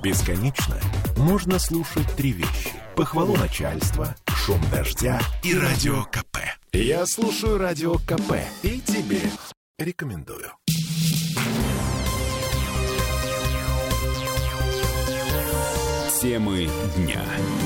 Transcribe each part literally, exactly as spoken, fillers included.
Бесконечно можно слушать три вещи: похвалу начальства, шум дождя и радио КП. Я слушаю радио КП и тебе рекомендую. Темы дня.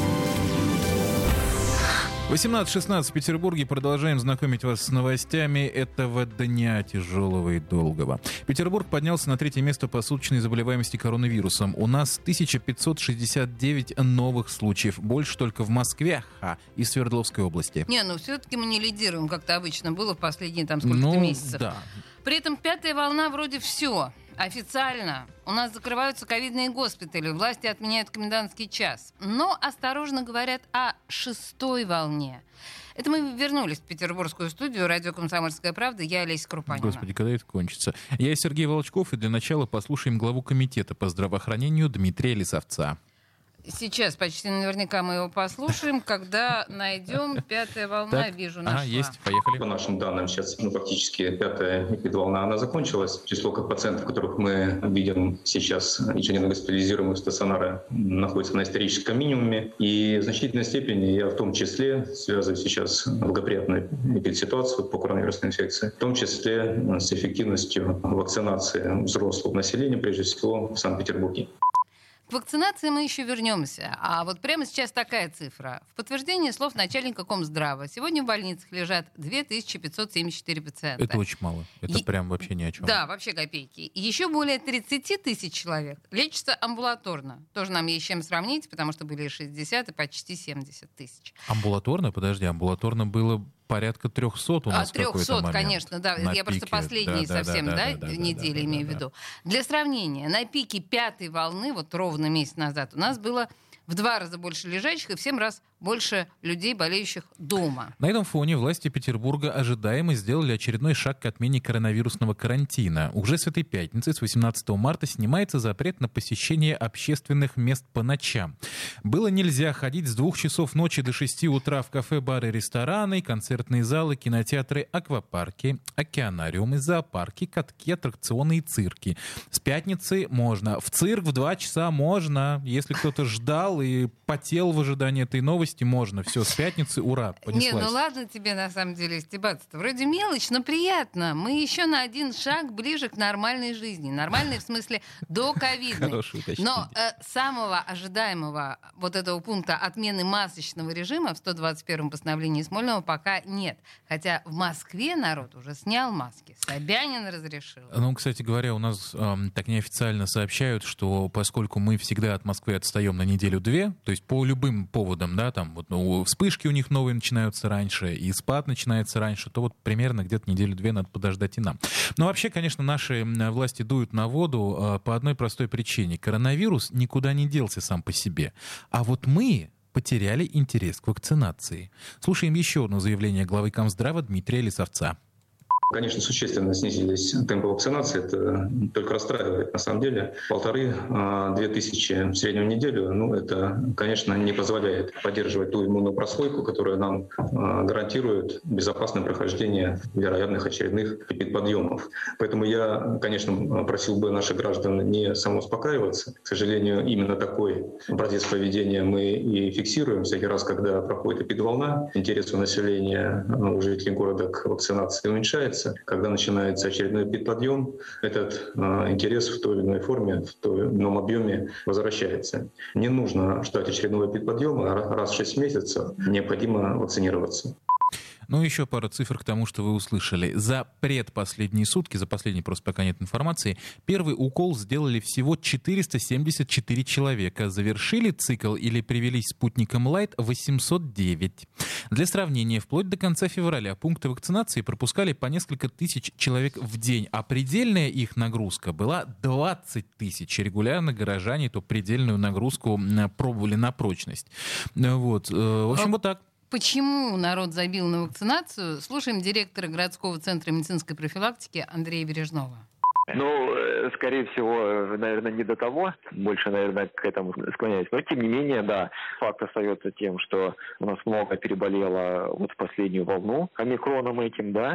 восемнадцать шестнадцать в Петербурге. Продолжаем знакомить вас с новостями этого дня тяжелого и долгого. Петербург поднялся на третье место по суточной заболеваемости коронавирусом. У нас тысяча пятьсот шестьдесят девять новых случаев. Больше только в Москве ха, и Свердловской области. Не, ну все-таки мы не лидируем, как-то обычно было в последние там сколько-то ну, месяцев. Да. При этом пятая волна вроде все. Официально у нас закрываются ковидные госпитали, власти отменяют комендантский час. Но осторожно говорят о шестой волне. Это мы вернулись в петербургскую студию радио «Комсомольская правда». Я Олеся Крупанина. Господи, когда это кончится? Я Сергей Волчков, и для начала послушаем главу комитета по здравоохранению Дмитрия Лисовца. Сейчас почти наверняка мы его послушаем, когда найдем пятая волна, так, вижу, нашла. А, есть, поехали. По нашим данным, сейчас ну, фактически пятая эпидволна, она закончилась. Число пациентов, которых мы видим сейчас, ежедневно госпитализируемых в стационары, находится на историческом минимуме. И в значительной степени я в том числе связываю сейчас благоприятную ситуацию по коронавирусной инфекции, в том числе с эффективностью вакцинации взрослого населения, прежде всего в Санкт-Петербурге. К вакцинации мы еще вернемся. А вот прямо сейчас такая цифра. В подтверждение слов начальника Комздрава сегодня в больницах лежат две тысячи пятьсот семьдесят четыре пациента. Это очень мало. Это И... прям вообще ни о чем. Да, вообще копейки. И еще более тридцать тысяч человек лечатся амбулаторно. Тоже нам есть с чем сравнить, потому что были шестьдесят и почти семьдесят тысяч. Амбулаторно? Подожди, амбулаторно было порядка трехсот у нас а, в какой-то трехсот, момент. конечно, да. Я пике. просто последние да, совсем да, да, да, да, недели да, да, имею да, в виду. да. Для сравнения, на пике пятой волны, вот ровно месяц назад, у нас было в два раза больше лежачих и в семь раз больше людей, болеющих дома. На этом фоне власти Петербурга ожидаемо сделали очередной шаг к отмене коронавирусного карантина. Уже с этой пятницы, с восемнадцатого марта, снимается запрет на посещение общественных мест по ночам. Было нельзя ходить с двух часов ночи до шести утра в кафе, бары, рестораны, концертные залы, кинотеатры, аквапарки, океанариумы, зоопарки, катки, аттракционы и цирки. С пятницы можно. В цирк в два часа можно. Если кто-то ждал и потел в ожидании этой новости, можно. Все, с пятницы, ура, понеслась. Не, ну ладно тебе на самом деле стебаться-то. Вроде мелочь, но приятно. Мы еще на один шаг ближе к нормальной жизни. Нормальной в смысле до ковидной. Хорошее уточнение. Но э, самого ожидаемого вот этого пункта отмены масочного режима в сто двадцать первом постановлении Смольного пока нет. Хотя в Москве народ уже снял маски. Собянин разрешил. Ну, кстати говоря, у нас э, так неофициально сообщают, что поскольку мы всегда от Москвы отстаем на неделю-две, то есть по любым поводам, да, там вот, ну, вспышки у них новые начинаются раньше, и спад начинается раньше, то вот примерно где-то неделю-две надо подождать и нам. Но вообще, конечно, наши власти дуют на воду э, по одной простой причине. Коронавирус никуда не делся сам по себе. А вот мы потеряли интерес к вакцинации. Слушаем еще одно заявление главы Комздрава Дмитрия Лисовца. Конечно, существенно снизились темпы вакцинации. Это только расстраивает. На самом деле, полторы-две тысячи в среднюю неделю, ну, это, конечно, не позволяет поддерживать ту иммунную прослойку, которая нам гарантирует безопасное прохождение вероятных очередных эпидподъемов. Поэтому я, конечно, просил бы наших граждан не самоуспокаиваться. К сожалению, именно такой образец поведения мы и фиксируем всякий раз, когда проходит эпидволна. Интерес у населения, у жителей города к вакцинации уменьшается. Когда начинается очередной эпидподъем, этот э, интерес в той или иной форме, в том или ином объеме возвращается. Не нужно ждать очередного эпидподъема, а раз в шесть месяцев необходимо вакцинироваться. Ну, еще пара цифр к тому, что вы услышали. За предпоследние сутки, за последние просто пока нет информации, первый укол сделали всего четыреста семьдесят четыре человека. Завершили цикл или привились спутником Лайт восемьсот девять. Для сравнения, вплоть до конца февраля пункты вакцинации пропускали по несколько тысяч человек в день, а предельная их нагрузка была двадцать тысяч. Регулярно горожане эту предельную нагрузку пробовали на прочность. Вот. В общем, вот так. Почему народ забил на вакцинацию? Слушаем директора городского центра медицинской профилактики Андрея Бережного. Ну, скорее всего, наверное, не до того. Больше, наверное, к этому склоняюсь. Но, тем не менее, да, факт остается тем, что у нас много переболело вот в последнюю волну омикроном этим, да.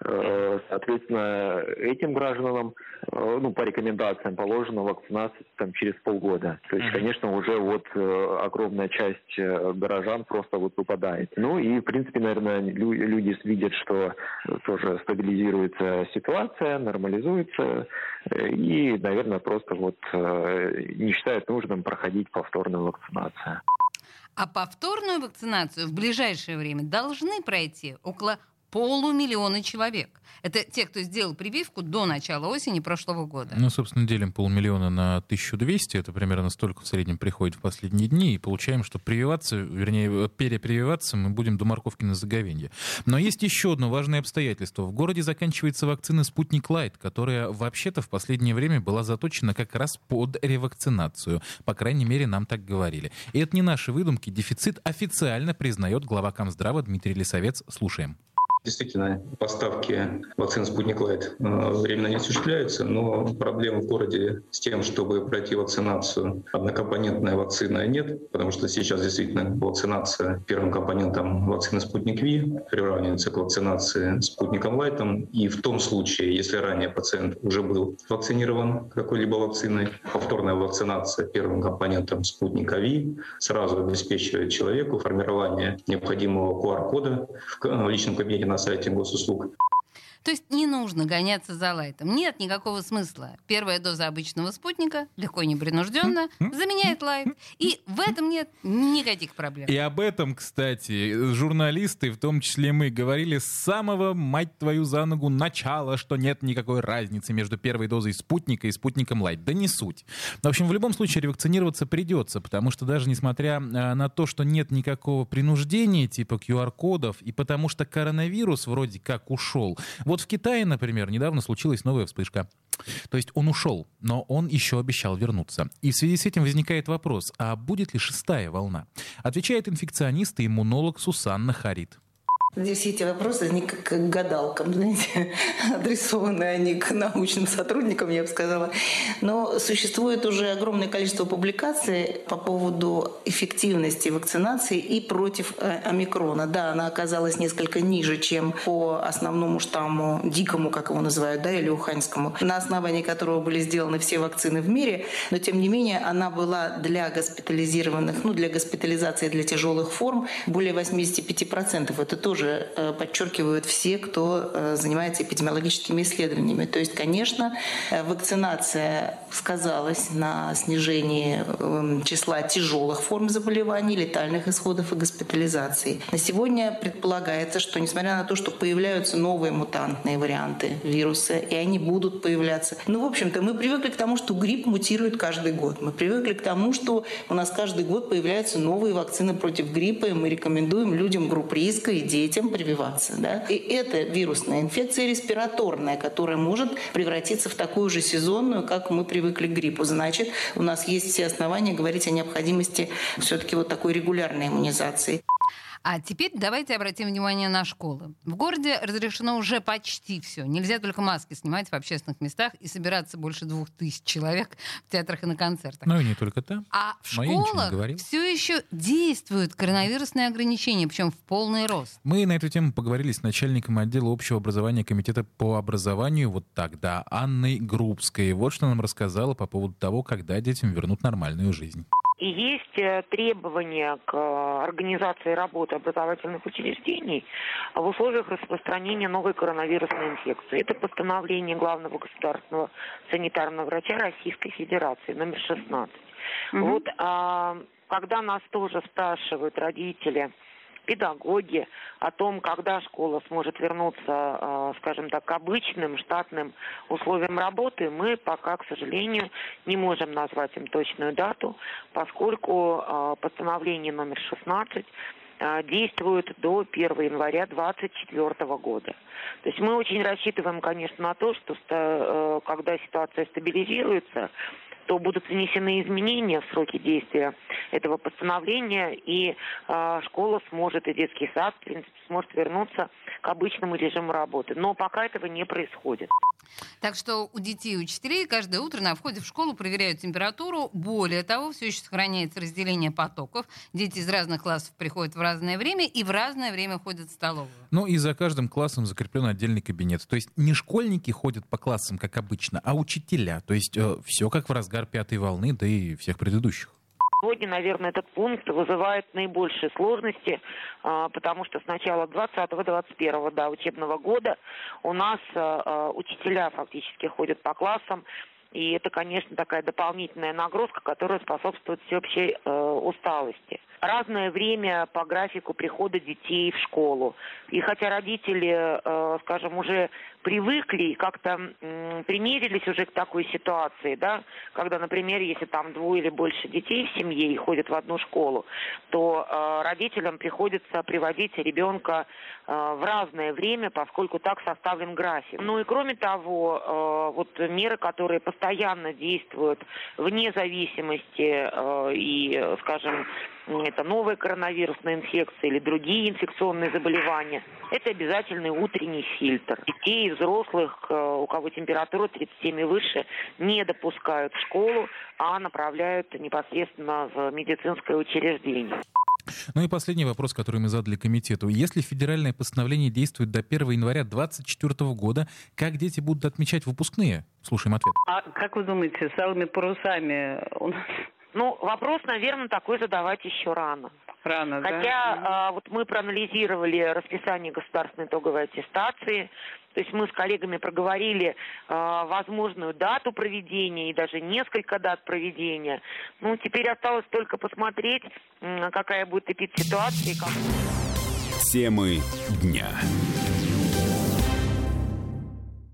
Соответственно, этим гражданам, ну, по рекомендациям положена вакцинация там, через полгода. То есть, конечно, уже вот огромная часть горожан просто вот выпадает. Ну и, в принципе, наверное, люди видят, что тоже стабилизируется ситуация, нормализуется, и, наверное, просто вот не считают нужным проходить повторную вакцинацию. А повторную вакцинацию в ближайшее время должны пройти около полумиллиона человек. Это те, кто сделал прививку до начала осени прошлого года. Ну, собственно, делим полмиллиона на тысячу двести. Это примерно столько в среднем приходит в последние дни. И получаем, что прививаться, вернее, перепрививаться мы будем до морковки на заговенье. Но есть еще одно важное обстоятельство. В городе заканчивается вакцина «Спутник Лайт», которая вообще-то в последнее время была заточена как раз под ревакцинацию. По крайней мере, нам так говорили. И это не наши выдумки. Дефицит официально признает глава Комздрава Дмитрий Лисовец. Слушаем. Действительно, поставки вакцины «Спутник Лайт» временно не осуществляются, но проблем в городе с тем, чтобы пройти вакцинацию однокомпонентной вакцины, нет, потому что сейчас действительно вакцинация первым компонентом вакцины «Спутник Ви» приравнивается к вакцинации «Спутником Лайтом». И в том случае, если ранее пациент уже был вакцинирован какой-либо вакциной, повторная вакцинация первым компонентом «Спутника Ви» сразу обеспечивает человеку формирование необходимого ку ар-кода в личном кабинете на сайте госуслуг. То есть не нужно гоняться за лайтом. Нет никакого смысла. Первая доза обычного спутника, легко и непринужденно, заменяет лайт. И в этом нет никаких проблем. И об этом, кстати, журналисты, в том числе мы, говорили с самого, мать твою за ногу, начала, что нет никакой разницы между первой дозой спутника и спутником лайт. Да не суть. В общем, в любом случае ревакцинироваться придется, потому что даже несмотря на то, что нет никакого принуждения типа ку ар-кодов, и потому что коронавирус вроде как ушел. Вот в Китае, например, недавно случилась новая вспышка. То есть он ушел, но он еще обещал вернуться. И в связи с этим возникает вопрос, а будет ли шестая волна? Отвечает инфекционист и иммунолог Сусанна Харит. Здесь эти вопросы, они как к гадалкам, знаете, адресованы они к научным сотрудникам, я бы сказала. Но существует уже огромное количество публикаций по поводу эффективности вакцинации и против омикрона. Да, она оказалась несколько ниже, чем по основному штамму, дикому, как его называют, да, или уханьскому, на основании которого были сделаны все вакцины в мире. Но, тем не менее, она была для госпитализированных, ну, для госпитализации для тяжелых форм более восемьдесят пять процентов. Это тоже подчеркивают все, кто занимается эпидемиологическими исследованиями. То есть, конечно, вакцинация сказалась на снижении числа тяжелых форм заболеваний, летальных исходов и госпитализаций. На сегодня предполагается, что несмотря на то, что появляются новые мутантные варианты вируса, и они будут появляться, ну, в общем-то, мы привыкли к тому, что грипп мутирует каждый год. Мы привыкли к тому, что у нас каждый год появляются новые вакцины против гриппа, и мы рекомендуем людям групп риска и детям прививаться. Да? И это вирусная инфекция респираторная, которая может превратиться в такую же сезонную, как мы привыкли к гриппу. Значит, у нас есть все основания говорить о необходимости все-таки вот такой регулярной иммунизации. А теперь давайте обратим внимание на школы. В городе разрешено уже почти все. Нельзя только маски снимать в общественных местах и собираться больше двух тысяч человек в театрах и на концертах. Ну и не только там. А в школах все еще действуют коронавирусные ограничения, причем в полный рост. Мы на эту тему поговорили с начальником отдела общего образования Комитета по образованию вот тогда, Анной Грубской. Вот что нам рассказала по поводу того, когда детям вернут нормальную жизнь. И есть требования к организации работы образовательных учреждений в условиях распространения новой коронавирусной инфекции. Это постановление главного государственного санитарного врача Российской Федерации, номер шестнадцать. Mm-hmm. Вот, а, когда нас тоже спрашивают родители, педагоги о том, когда школа сможет вернуться, скажем так, к обычным штатным условиям работы, мы пока, к сожалению, не можем назвать им точную дату, поскольку постановление номер шестнадцать действует до первого января две тысячи двадцать четвёртого года. То есть мы очень рассчитываем, конечно, на то, что когда ситуация стабилизируется, то будут внесены изменения в сроки действия этого постановления, и э, школа сможет, и детский сад, в принципе, сможет вернуться к обычному режиму работы. Но пока этого не происходит. Так что у детей и учителей каждое утро на входе в школу проверяют температуру. Более того, все еще сохраняется разделение потоков. Дети из разных классов приходят в разное время и в разное время ходят в столовую. Ну и за каждым классом закреплен отдельный кабинет. То есть не школьники ходят по классам, как обычно, а учителя. То есть э, все как в разгар пятой волны, да и всех предыдущих. Сегодня, наверное, этот пункт вызывает наибольшие сложности, потому что с начала двадцатого-двадцать первого да, учебного года у нас учителя фактически ходят по классам. И это, конечно, такая дополнительная нагрузка, которая способствует всеобщей э, усталости. Разное время по графику прихода детей в школу. И хотя родители, э, скажем, уже привыкли и как-то э, примирились уже к такой ситуации, да, когда, например, если там двое или больше детей в семье и ходят в одну школу, то э, родителям приходится приводить ребенка э, в разное время, поскольку так составлен график. Ну и кроме того, э, вот меры, которые постоянно действуют вне зависимости э, и, скажем, это новая коронавирусная инфекция или другие инфекционные заболевания, это обязательный утренний фильтр. Детей и взрослых, э, у кого температура тридцать семь и выше, не допускают в школу, а направляют непосредственно в медицинское учреждение. Ну и последний вопрос, который мы задали комитету. Если федеральное постановление действует до первого января две тысячи двадцать четвёртого года, как дети будут отмечать выпускные? Слушаем ответ. А как вы думаете, с алыми парусами у нас... Ну, вопрос, наверное, такой задавать еще рано. Рано, Хотя да? а, вот мы проанализировали расписание государственной итоговой аттестации, то есть мы с коллегами проговорили а, возможную дату проведения и даже несколько дат проведения. Ну, теперь осталось только посмотреть, какая будет эпидситуация. Темы дня.